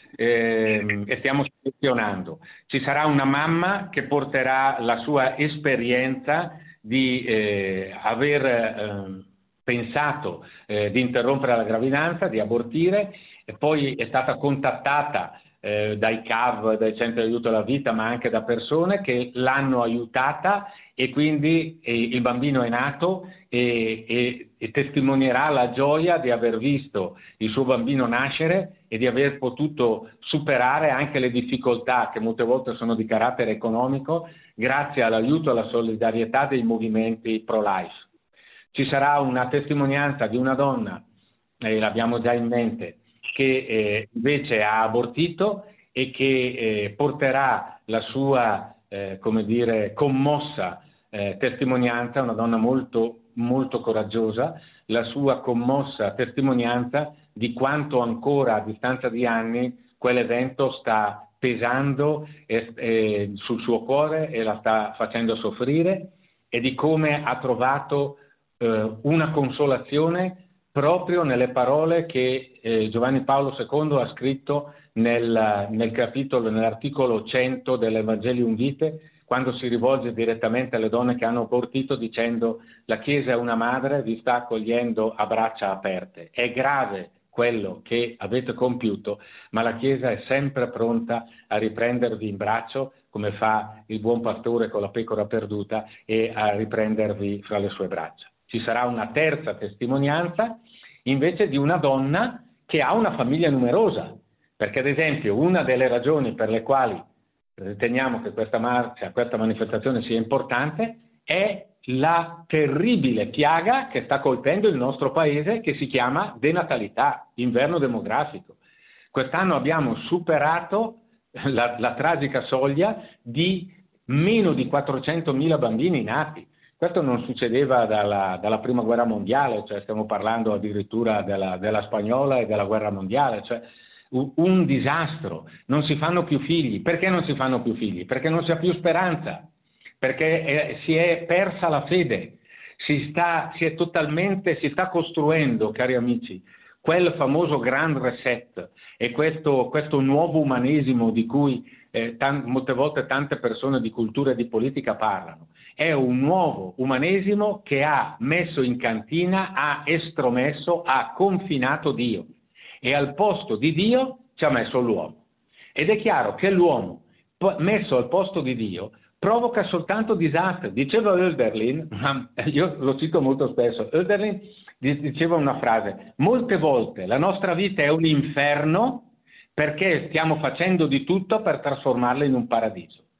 eh, e stiamo selezionando. Ci sarà una mamma che porterà la sua esperienza di eh, aver eh, pensato eh, di interrompere la gravidanza, di abortire, e poi è stata contattata eh, dai C A V, dai centri di aiuto alla vita, ma anche da persone che l'hanno aiutata, e quindi eh, il bambino è nato e, e, e testimonierà la gioia di aver visto il suo bambino nascere e di aver potuto superare anche le difficoltà che molte volte sono di carattere economico, grazie all'aiuto e alla solidarietà dei movimenti pro-life. Ci sarà una testimonianza di una donna, eh, l'abbiamo già in mente, che eh, invece ha abortito e che eh, porterà la sua, eh, come dire, commossa eh, testimonianza, una donna molto, molto coraggiosa, la sua commossa testimonianza di quanto ancora a distanza di anni quell'evento sta pesando eh, eh, sul suo cuore e la sta facendo soffrire, e di come ha trovato eh, una consolazione proprio nelle parole che eh, Giovanni Paolo secondo ha scritto nel, nel capitolo, nell'articolo cento dell'Evangelium Vitae, quando si rivolge direttamente alle donne che hanno abortito dicendo: la Chiesa è una madre, vi sta accogliendo a braccia aperte. È grave quello che avete compiuto, ma la Chiesa è sempre pronta a riprendervi in braccio, come fa il buon pastore con la pecora perduta, e a riprendervi fra le sue braccia. Ci sarà una terza testimonianza invece di una donna che ha una famiglia numerosa, perché ad esempio una delle ragioni per le quali riteniamo che questa marcia, questa manifestazione sia importante è la terribile piaga che sta colpendo il nostro paese, che si chiama denatalità, inverno demografico. Quest'anno abbiamo superato la, la tragica soglia di meno di quattrocentomila bambini nati. Questo non succedeva dalla, dalla prima guerra mondiale, cioè stiamo parlando addirittura della, della spagnola e della guerra mondiale, cioè un, un disastro. Non si fanno più figli. Perché non si fanno più figli? Perché non si ha più speranza, perché è, si è persa la fede, si sta, si è totalmente, si sta costruendo, cari amici, quel famoso Grand Reset e questo, questo nuovo umanesimo di cui eh, tan, molte volte tante persone di cultura e di politica parlano. È un nuovo umanesimo che ha messo in cantina, ha estromesso, ha confinato Dio, e al posto di Dio ci ha messo l'uomo. Ed è chiaro che l'uomo messo al posto di Dio provoca soltanto disastri. Diceva Hölderlin, io lo cito molto spesso, Hölderlin diceva una frase: molte volte la nostra vita è un inferno perché stiamo facendo di tutto per trasformarla in un paradiso.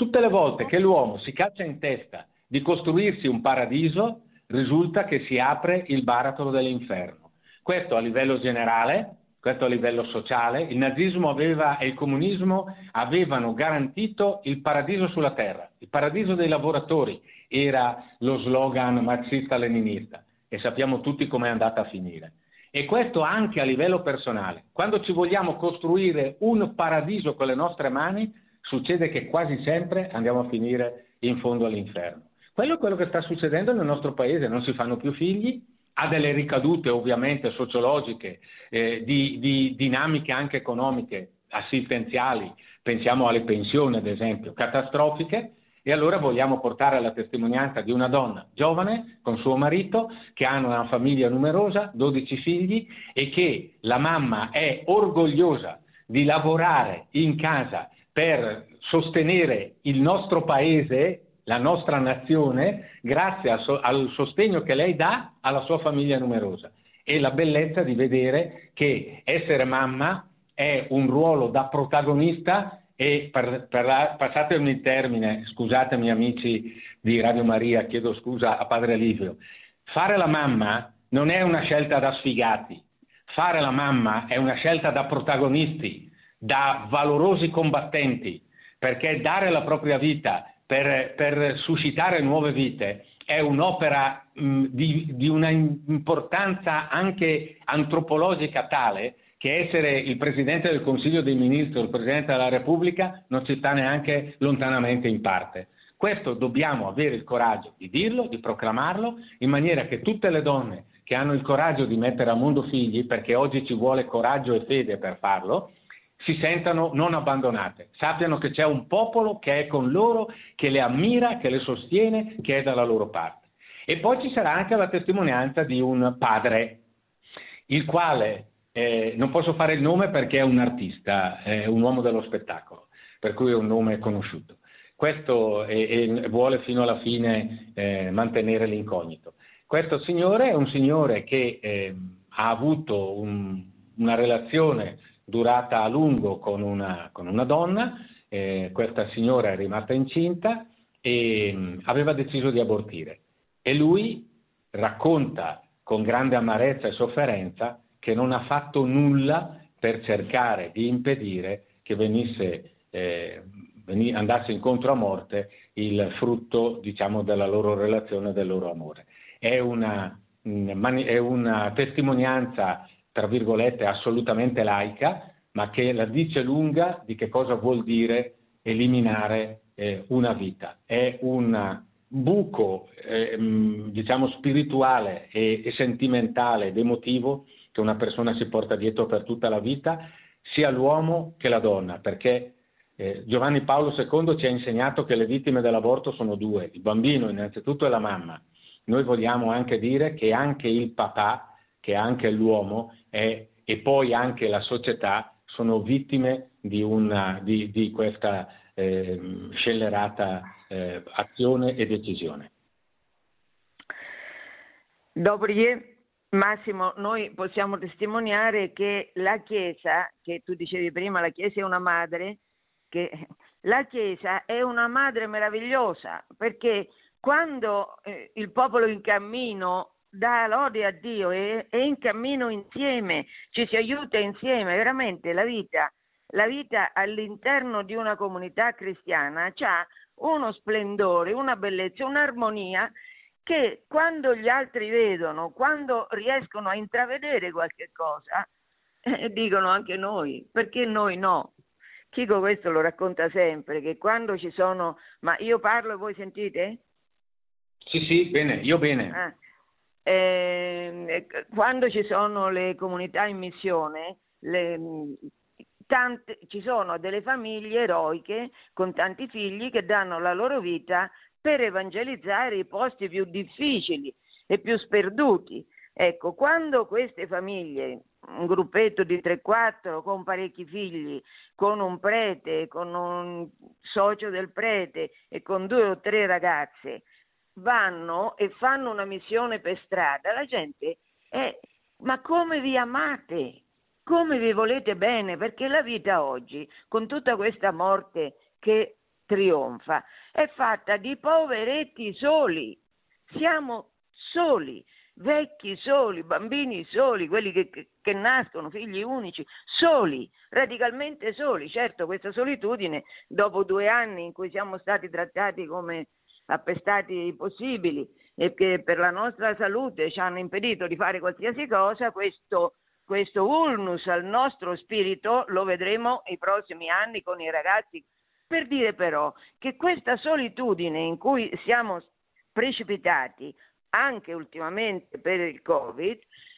Tutte le volte che l'uomo si caccia in testa di costruirsi un paradiso, risulta che si apre il baratro dell'inferno. Questo a livello generale, questo a livello sociale. Il nazismo aveva, e il comunismo avevano garantito il paradiso sulla terra. Il paradiso dei lavoratori era lo slogan marxista-leninista e sappiamo tutti come è andata a finire. E questo anche a livello personale. Quando ci vogliamo costruire un paradiso con le nostre mani, succede che quasi sempre andiamo a finire in fondo all'inferno. Quello è quello che sta succedendo nel nostro paese, non si fanno più figli, ha delle ricadute ovviamente sociologiche, eh, di, di dinamiche anche economiche, assistenziali, pensiamo alle pensioni ad esempio, catastrofiche, e allora vogliamo portare la testimonianza di una donna giovane con suo marito che hanno una famiglia numerosa, dodici figli, e che la mamma è orgogliosa di lavorare in casa per sostenere il nostro paese, la nostra nazione, grazie al, so, al sostegno che lei dà alla sua famiglia numerosa. E la bellezza di vedere che essere mamma è un ruolo da protagonista e, per, per, passatemi il termine, scusatemi amici di Radio Maria, chiedo scusa a Padre Livio, fare la mamma non è una scelta da sfigati, fare la mamma è una scelta da protagonisti, da valorosi combattenti, perché dare la propria vita per, per suscitare nuove vite è un'opera mh, di, di una importanza anche antropologica tale che essere il Presidente del Consiglio dei Ministri o il Presidente della Repubblica non ci sta neanche lontanamente in parte. Questo dobbiamo avere il coraggio di dirlo, di proclamarlo, in maniera che tutte le donne che hanno il coraggio di mettere al mondo figli, perché oggi ci vuole coraggio e fede per farlo, si sentano non abbandonate, sappiano che c'è un popolo che è con loro, che le ammira, che le sostiene, che è dalla loro parte. E poi ci sarà anche la testimonianza di un padre, il quale, eh, non posso fare il nome perché è un artista, è un uomo dello spettacolo, per cui è un nome conosciuto. Questo è, è, vuole fino alla fine eh, mantenere l'incognito. Questo signore è un signore che eh, ha avuto un, una relazione durata a lungo con una, con una donna, eh, questa signora è rimasta incinta e mh, aveva deciso di abortire. E lui racconta con grande amarezza e sofferenza che non ha fatto nulla per cercare di impedire che venisse, eh, veni, andasse incontro a morte il frutto, diciamo, della loro relazione, del loro amore. È una, mh, è una testimonianza, tra virgolette, assolutamente laica, ma che la dice lunga di che cosa vuol dire eliminare eh, una vita. È un buco, eh, diciamo, spirituale e, e sentimentale ed emotivo che una persona si porta dietro per tutta la vita, sia l'uomo che la donna, perché eh, Giovanni Paolo secondo ci ha insegnato che le vittime dell'aborto sono due, il bambino innanzitutto e la mamma. Noi vogliamo anche dire che anche il papà, che anche l'uomo è, e poi anche la società sono vittime di, una, di, di questa eh, scellerata eh, azione e decisione. Dopodiché, Massimo, noi possiamo testimoniare che la Chiesa, che tu dicevi prima, la Chiesa è una madre, che la Chiesa è una madre meravigliosa, perché quando eh, il popolo in cammino dà lode a Dio e è in cammino insieme, ci si aiuta insieme, veramente la vita, la vita all'interno di una comunità cristiana ha uno splendore, una bellezza, un'armonia che quando gli altri vedono, quando riescono a intravedere qualche cosa, eh, dicono anche noi, perché noi no? Chico questo lo racconta sempre, che quando ci sono, ma io parlo e voi sentite? Sì, sì, bene, io bene. Ah. Eh, quando ci sono le comunità in missione, le, tante, ci sono delle famiglie eroiche con tanti figli che danno la loro vita per evangelizzare i posti più difficili e più sperduti. Ecco, quando queste famiglie, un gruppetto di tre quattro con parecchi figli, con un prete, con un socio del prete e con due o tre ragazze, vanno e fanno una missione per strada, la gente è: ma come vi amate, come vi volete bene, perché la vita oggi, con tutta questa morte che trionfa, è fatta di poveretti soli. Siamo soli, vecchi soli, bambini soli, quelli che, che, che nascono, figli unici, soli, radicalmente soli. Certo, questa solitudine, dopo due anni in cui siamo stati trattati come appestati possibili e che per la nostra salute ci hanno impedito di fare qualsiasi cosa, questo, questo vulnus al nostro spirito lo vedremo i prossimi anni con i ragazzi. Per dire però che questa solitudine in cui siamo precipitati anche ultimamente per il Covid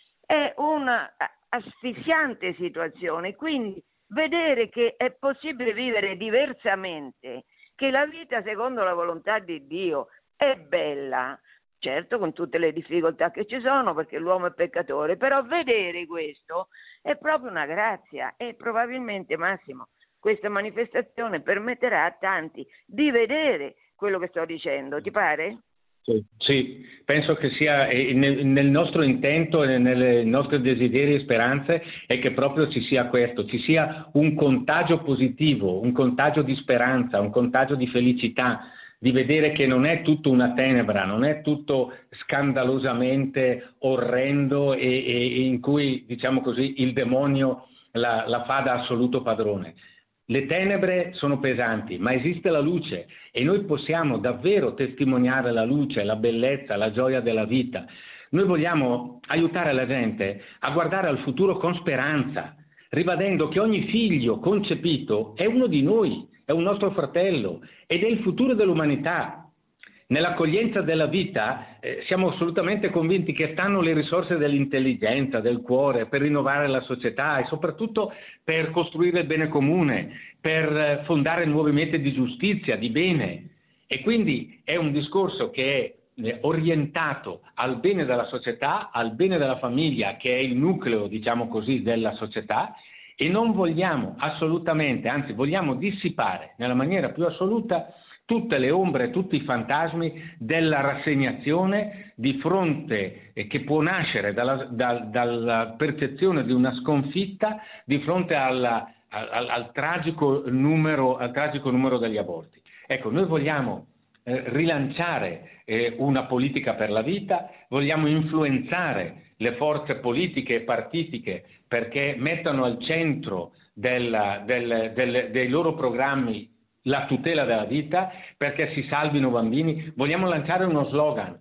è una asfissiante situazione, quindi vedere che è possibile vivere diversamente, che la vita secondo la volontà di Dio è bella, certo con tutte le difficoltà che ci sono perché l'uomo è peccatore, però vedere questo è proprio una grazia e probabilmente, Massimo, questa manifestazione permetterà a tanti di vedere quello che sto dicendo, ti pare? Sì, sì, penso che sia nel, nel nostro intento e nelle nostre desideri e speranze è che proprio ci sia questo, ci sia un contagio positivo, un contagio di speranza, un contagio di felicità, di vedere che non è tutto una tenebra, non è tutto scandalosamente orrendo e, e in cui, diciamo così, il demonio la, la fa da assoluto padrone. Le tenebre sono pesanti, ma esiste la luce e noi possiamo davvero testimoniare la luce, la bellezza, la gioia della vita. Noi vogliamo aiutare la gente a guardare al futuro con speranza, ribadendo che ogni figlio concepito è uno di noi, è un nostro fratello ed è il futuro dell'umanità. Nell'accoglienza della vita eh, siamo assolutamente convinti che stanno le risorse dell'intelligenza, del cuore, per rinnovare la società e soprattutto per costruire il bene comune, per eh, fondare nuovi metodi di giustizia, di bene. E quindi è un discorso che è eh, orientato al bene della società, al bene della famiglia, che è il nucleo, diciamo così, della società, e non vogliamo assolutamente, anzi vogliamo dissipare nella maniera più assoluta tutte le ombre, tutti i fantasmi della rassegnazione di fronte eh, che può nascere dalla, dal, dalla percezione di una sconfitta di fronte alla, al, al, tragico numero, al tragico numero degli aborti. Ecco, noi vogliamo eh, rilanciare eh, una politica per la vita, vogliamo influenzare le forze politiche e partitiche perché mettano al centro della, del, del, dei loro programmi la tutela della vita, perché si salvino bambini. Vogliamo lanciare uno slogan: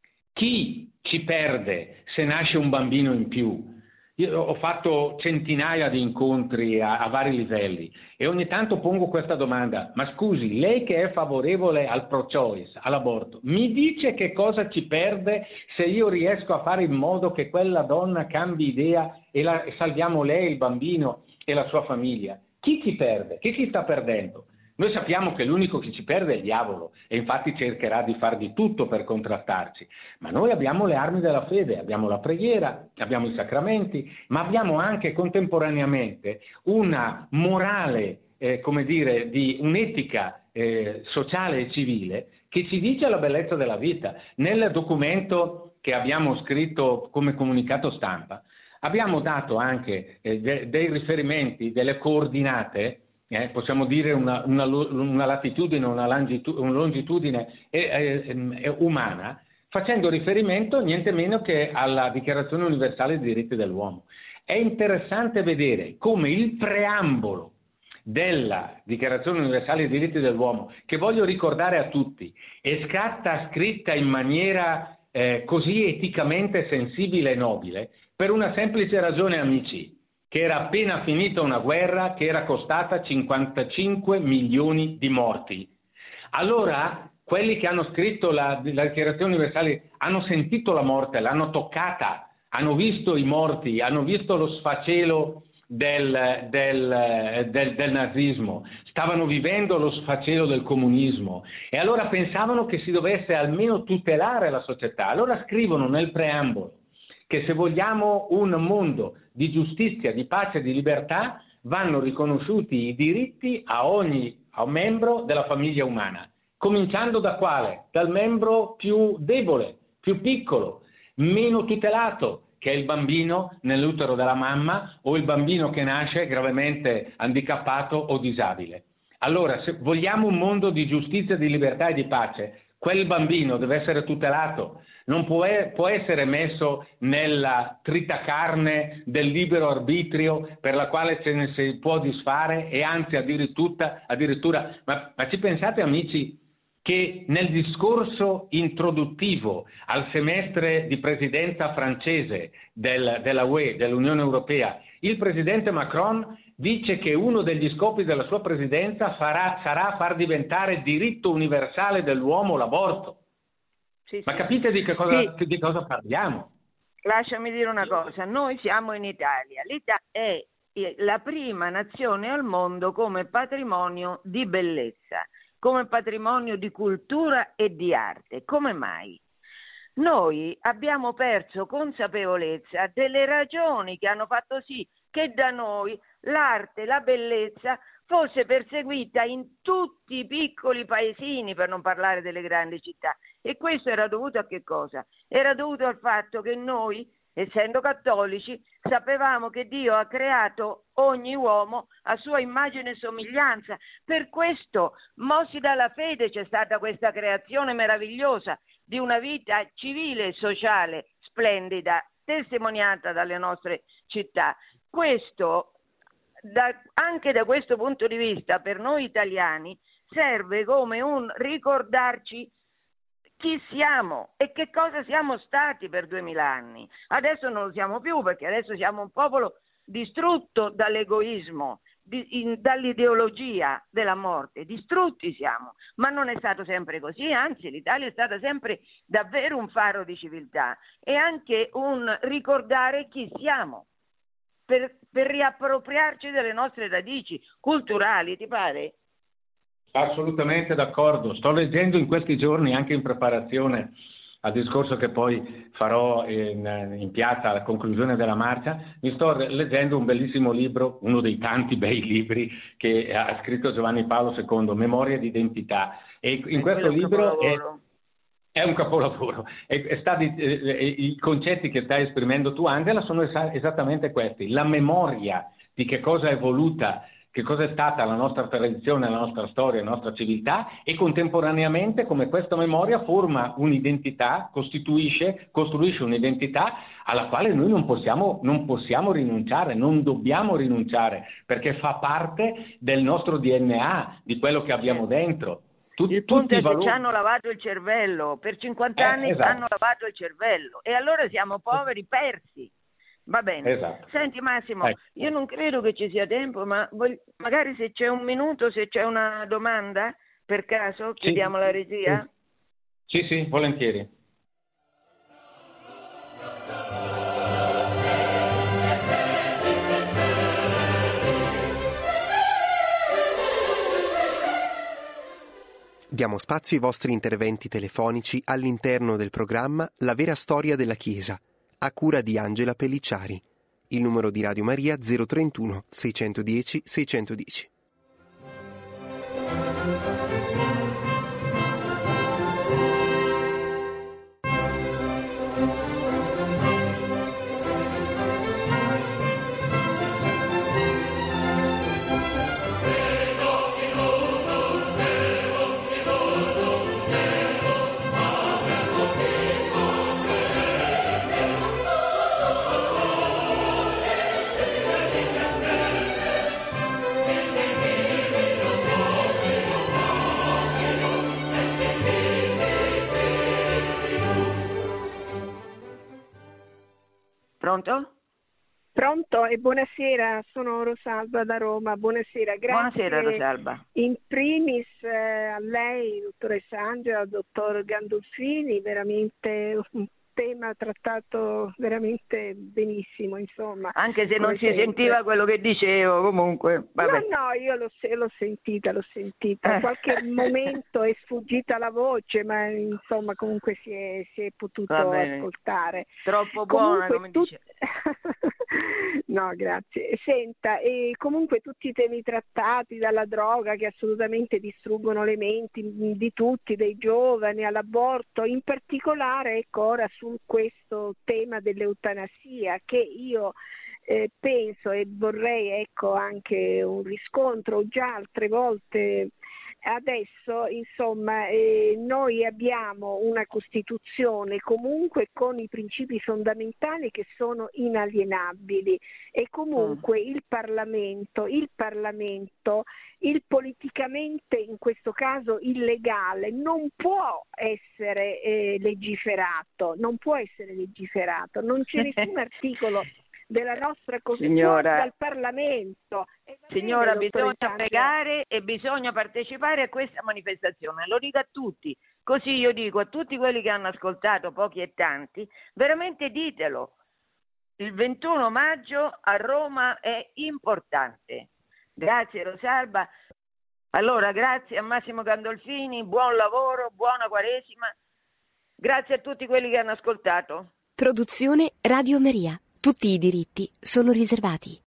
chi ci perde se nasce un bambino in più? Io ho fatto centinaia di incontri a, a vari livelli e ogni tanto pongo questa domanda: ma scusi, lei che è favorevole al pro-choice, all'aborto, mi dice che cosa ci perde se io riesco a fare in modo che quella donna cambi idea e, la, e salviamo lei, il bambino e la sua famiglia? Chi ci perde? Chi ci sta perdendo? Noi sappiamo che l'unico che ci perde è il diavolo e infatti cercherà di far di tutto per contrastarci, ma noi abbiamo le armi della fede, abbiamo la preghiera, abbiamo i sacramenti, ma abbiamo anche contemporaneamente una morale, eh, come dire, di un'etica eh, sociale e civile che ci dice la bellezza della vita. Nel documento che abbiamo scritto come comunicato stampa abbiamo dato anche eh, de- dei riferimenti, delle coordinate, Eh, possiamo dire una, una, una latitudine, una, longitu- una longitudine eh, eh, umana, facendo riferimento niente meno che alla Dichiarazione Universale dei Diritti dell'Uomo. È interessante vedere come il preambolo della Dichiarazione Universale dei Diritti dell'Uomo, che voglio ricordare a tutti, è stata scritta in maniera eh, così eticamente sensibile e nobile per una semplice ragione, amici, che era appena finita una guerra che era costata cinquantacinque milioni di morti. Allora, quelli che hanno scritto la, la Dichiarazione Universale hanno sentito la morte, l'hanno toccata, hanno visto i morti, hanno visto lo sfacelo del, del, del, del nazismo, stavano vivendo lo sfacelo del comunismo e allora pensavano che si dovesse almeno tutelare la società. Allora scrivono nel preambolo che se vogliamo un mondo di giustizia, di pace e di libertà, vanno riconosciuti i diritti a ogni a un membro della famiglia umana, cominciando da quale? Dal membro più debole, più piccolo, meno tutelato, che è il bambino nell'utero della mamma o il bambino che nasce gravemente handicappato o disabile. Allora, se vogliamo un mondo di giustizia, di libertà e di pace, quel bambino deve essere tutelato, non può, può essere messo nella tritacarne del libero arbitrio per la quale se ne si può disfare, e anzi addirittura, addirittura ma, ma ci pensate, amici, che nel discorso introduttivo al semestre di presidenza francese del, della U E, dell'Unione Europea, il presidente Macron dice che uno degli scopi della sua presidenza farà, sarà far diventare diritto universale dell'uomo l'aborto. Sì, Ma sì. capite di che, cosa, sì. di cosa parliamo? Lasciami dire una cosa, noi siamo in Italia, l'Italia è la prima nazione al mondo come patrimonio di bellezza, come patrimonio di cultura e di arte. Come mai? Noi abbiamo perso consapevolezza delle ragioni che hanno fatto sì che da noi l'arte, la bellezza fosse perseguita in tutti i piccoli paesini, per non parlare delle grandi città. E questo era dovuto a che cosa? Era dovuto al fatto che noi, essendo cattolici, sapevamo che Dio ha creato ogni uomo a sua immagine e somiglianza. Per questo, mossi dalla fede, c'è stata questa creazione meravigliosa di una vita civile e sociale splendida, testimoniata dalle nostre città. Questo, da, anche da questo punto di vista, per noi italiani, serve come un ricordarci chi siamo e che cosa siamo stati per duemila anni. Adesso non lo siamo più, perché adesso siamo un popolo distrutto dall'egoismo, di, in, dall'ideologia della morte, distrutti siamo, ma non è stato sempre così, anzi l'Italia è stata sempre davvero un faro di civiltà e anche un ricordare chi siamo, per, per riappropriarci delle nostre radici culturali, ti pare? Assolutamente d'accordo. Sto leggendo in questi giorni, anche in preparazione al discorso che poi farò in, in piazza alla conclusione della marcia, mi sto leggendo un bellissimo libro, uno dei tanti bei libri che ha scritto Giovanni Paolo secondo, Memoria di identità. E in questo libro è, è un capolavoro. E, e sta di, eh, I concetti che stai esprimendo tu, Angela, sono es- esattamente questi. La memoria di che cosa è voluta, che cosa è stata la nostra tradizione, la nostra storia, la nostra civiltà, e contemporaneamente come questa memoria forma un'identità, costituisce, costruisce un'identità alla quale noi non possiamo, non possiamo rinunciare, non dobbiamo rinunciare, perché fa parte del nostro D N A, di quello che abbiamo dentro. Tut, il punto è che ci hanno lavato il cervello, per cinquanta anni eh, esatto. ci hanno lavato il cervello e allora siamo poveri, persi. Va bene. Esatto. Senti Massimo, ecco. Io non credo che ci sia tempo, ma voglio, magari se c'è un minuto, se c'è una domanda, per caso, chiediamo alla regia? Sì, sì, volentieri. Diamo spazio ai vostri interventi telefonici all'interno del programma La vera storia della Chiesa, a cura di Angela Pellicciari. Il numero di Radio Maria zero trentuno seicentodieci seicentodieci. Pronto? Pronto e buonasera, sono Rosalba da Roma, buonasera. Grazie. Buonasera Rosalba. In primis eh, a lei, dottoressa Angela, al dottor Gandolfini, veramente un tema trattato veramente benissimo, insomma. Anche se non si sempre. sentiva quello che dicevo, comunque. Vabbè. No, no, io l'ho, l'ho sentita, l'ho sentita. In qualche momento è sfuggita la voce, ma insomma comunque si è, si è potuto ascoltare. Troppo buona, comunque, come tu... dice. No, grazie. Senta, e comunque tutti i temi trattati, dalla droga che assolutamente distruggono le menti di tutti, dei giovani, all'aborto, in particolare ecco ora su questo tema dell'eutanasia che io eh, penso e vorrei ecco anche un riscontro già altre volte. Adesso, insomma, eh, noi abbiamo una Costituzione comunque con i principi fondamentali che sono inalienabili e comunque mm. il Parlamento, il Parlamento, il politicamente, in questo caso illegale, non può essere eh, legiferato, non può essere legiferato, non c'è nessun articolo della nostra Costituzione dal Parlamento. Signora, bisogna pregare e bisogna partecipare a questa manifestazione, lo dico a tutti, così io dico a tutti quelli che hanno ascoltato, pochi e tanti, veramente ditelo, il ventuno maggio a Roma è importante. Grazie Rosalba. Allora, grazie a Massimo Gandolfini, buon lavoro, buona Quaresima, grazie a tutti quelli che hanno ascoltato. Produzione Radio Maria. Tutti i diritti sono riservati.